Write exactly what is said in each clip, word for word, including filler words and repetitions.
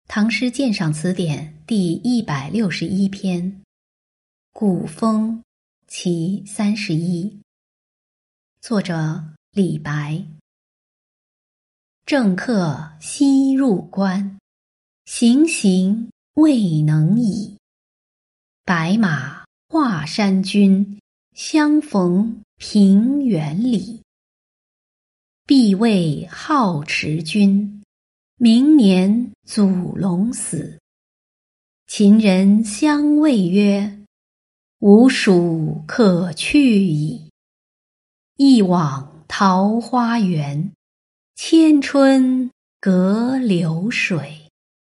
唐诗鉴赏词典第一百六十一篇，古风其三十一。作者李白。政客西入关，行行未能已。白马华山君，相逢平原里。必为好持君，明年祖龙死。秦人相谓曰：吾属可去矣。一往桃花源，千春隔流水。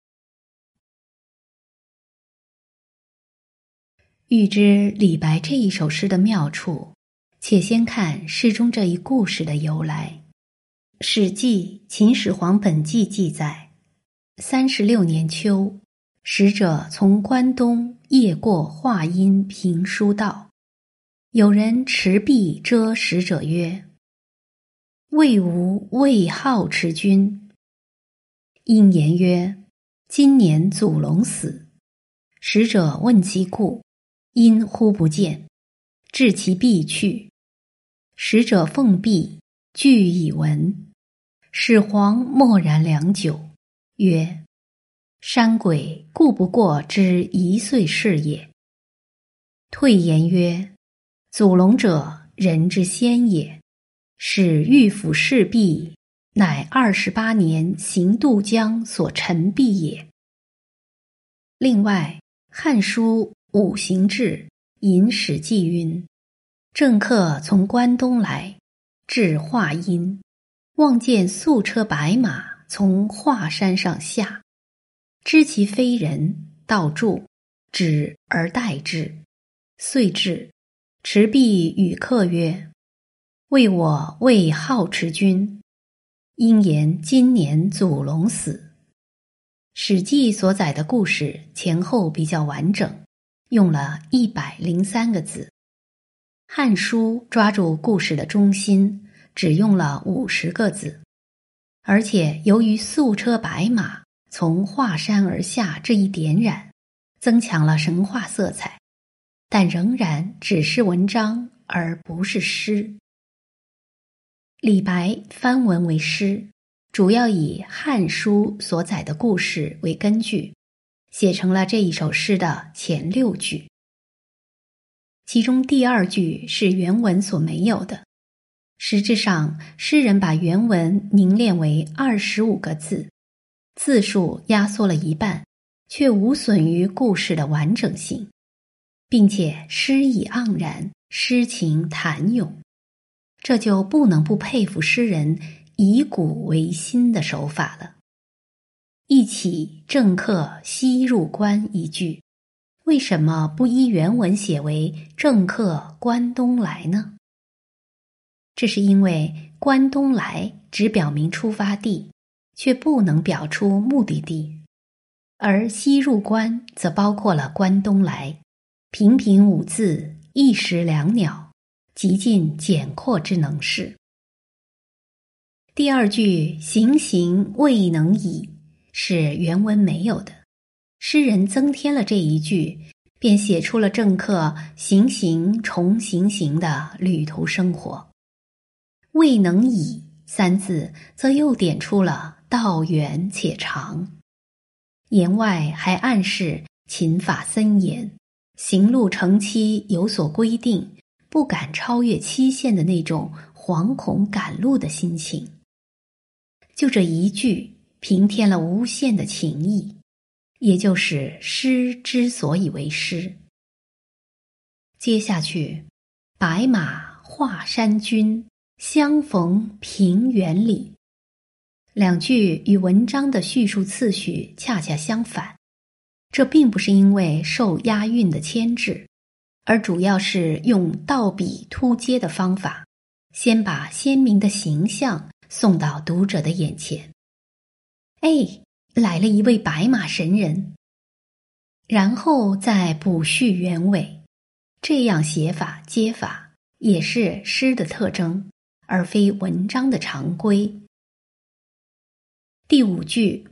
欲知李白这一首诗的妙处，且先看诗中这一故事的由来。《史记·秦始皇本纪》记载，三十六年秋，使者从关东夜过华阴平书道，有人持璧遮使者曰：魏吾魏好持君。因言曰：今年祖龙死。使者问其故，因忽不见，置其璧去。使者奉璧，具以闻。始皇默然良久，曰：山鬼顾不过之一岁事也。退言曰：祖龙者，人之先也。使御府侍璧，乃二十八年行渡江所陈璧也。另外，《汉书·五行志》引《史记》云：政客从关东来，至华阴，望见素车白马从华山上下，知其非人，道住，止而待之。遂至，持璧与客曰：为我魏好持君，因言今年祖龙死。史记所载的故事前后比较完整，用了一百零三个字。汉书抓住故事的中心，只用了五十个字。而且由于素车白马从华山而下这一点染，增强了神话色彩，但仍然只是文章而不是诗。李白翻文为诗，主要以《汉书》所载的故事为根据，写成了这一首诗的前六句。其中第二句是原文所没有的，实质上诗人把原文凝练为二十五个字，字数压缩了一半，却无损于故事的完整性，并且诗意盎然，诗情谈咏。这就不能不佩服诗人以古为新的手法了。一起政客西入关一句，为什么不依原文写为政客关东来呢？这是因为关东来只表明出发地，却不能表出目的地，而西入关则包括了关东来，平平五字，一石两鸟，极尽简括之能事。第二句行行未能已是原文没有的，诗人增添了这一句，便写出了政客行行重行行的旅途生活。未能已三字则又点出了道远且长。言外还暗示秦法森严，行路成期有所规定，不敢超越期限的那种惶恐赶路的心情。就这一句平添了无限的情意，也就是诗之所以为诗。接下去，白马华山君，相逢平原里。两句与文章的叙述次序恰恰相反，这并不是因为受押韵的牵制，而主要是用倒笔突接的方法，先把鲜明的形象送到读者的眼前。哎，来了一位白马神人，然后再补叙原委。这样写法接法也是诗的特征，而非文章的常规。第五句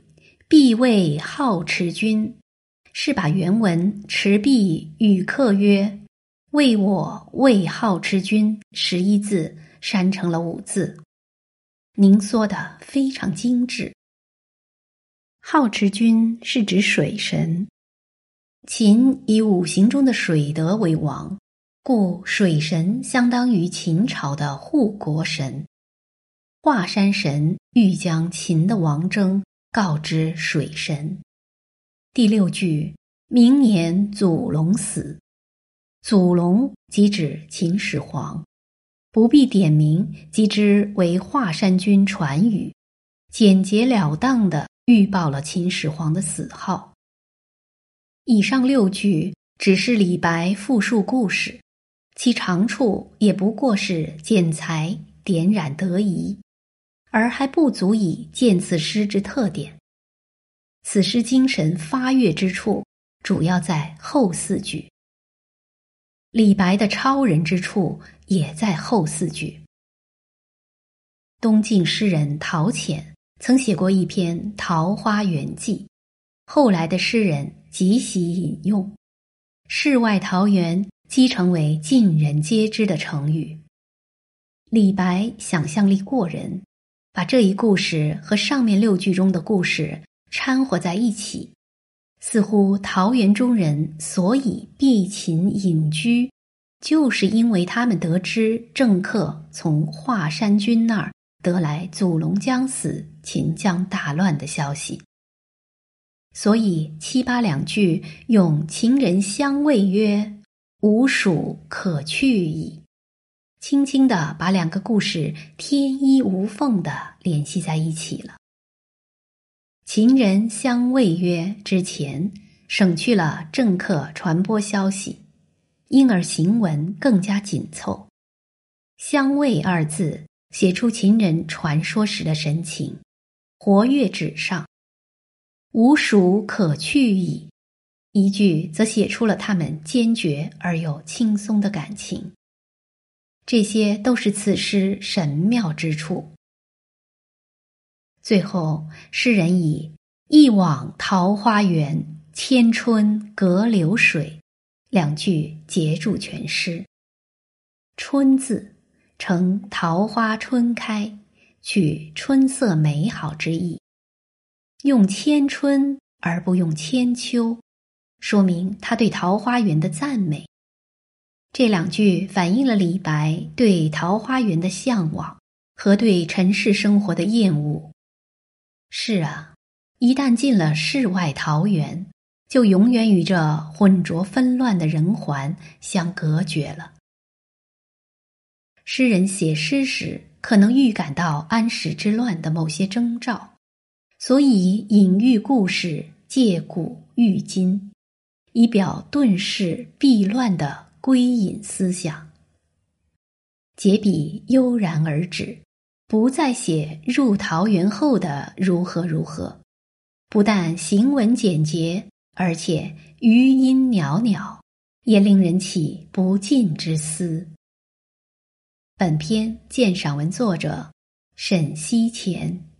必谓好持君，是把原文持璧与客曰为我为好持君十一字删成了五字，凝缩得非常精致。好持君是指水神，秦以五行中的水德为王，故水神相当于秦朝的护国神。华山神欲将秦的王征告知水神。第六句，明年祖龙死，祖龙即指秦始皇，不必点名即知为华山君传语，简洁了当地预报了秦始皇的死号。以上六句只是李白复述故事，其长处也不过是剪裁点染得宜，而还不足以见此诗之特点。此诗精神发跃之处主要在后四句，李白的超人之处也在后四句。东晋诗人陶潜曾写过一篇《桃花源记》，后来的诗人极喜引用，世外桃源即成为尽人皆知的成语。李白想象力过人，把这一故事和上面六句中的故事掺和在一起，似乎桃源中人所以避秦隐居，就是因为他们得知政客从华山君那儿得来祖龙将死，秦将大乱的消息。所以七八两句用秦人相谓曰吾属可去矣，轻轻地把两个故事天衣无缝地联系在一起了。秦人相谓曰之前省去了政客传播消息，因而行文更加紧凑。相谓二字写出秦人传说时的神情，活跃纸上。吾属可去矣，一句则写出了他们坚决而又轻松的感情。这些都是此诗神妙之处。最后，诗人以一往桃花源，千春隔流水两句结注全诗。春字呈桃花春开，取春色美好之意，用千春而不用千秋，说明他对桃花源的赞美。这两句反映了李白对桃花源的向往和对尘世生活的厌恶。是啊，一旦进了世外桃源，就永远与这混浊纷乱的人寰相隔绝了。诗人写诗时可能预感到安史之乱的某些征兆，所以隐喻故事，借古喻今，以表遁世避乱的归隐思想。结笔悠然而止，不再写入桃源后的如何如何，不但行文简洁，而且余音袅袅，也令人起不尽之思。本篇鉴赏文作者沈西乾。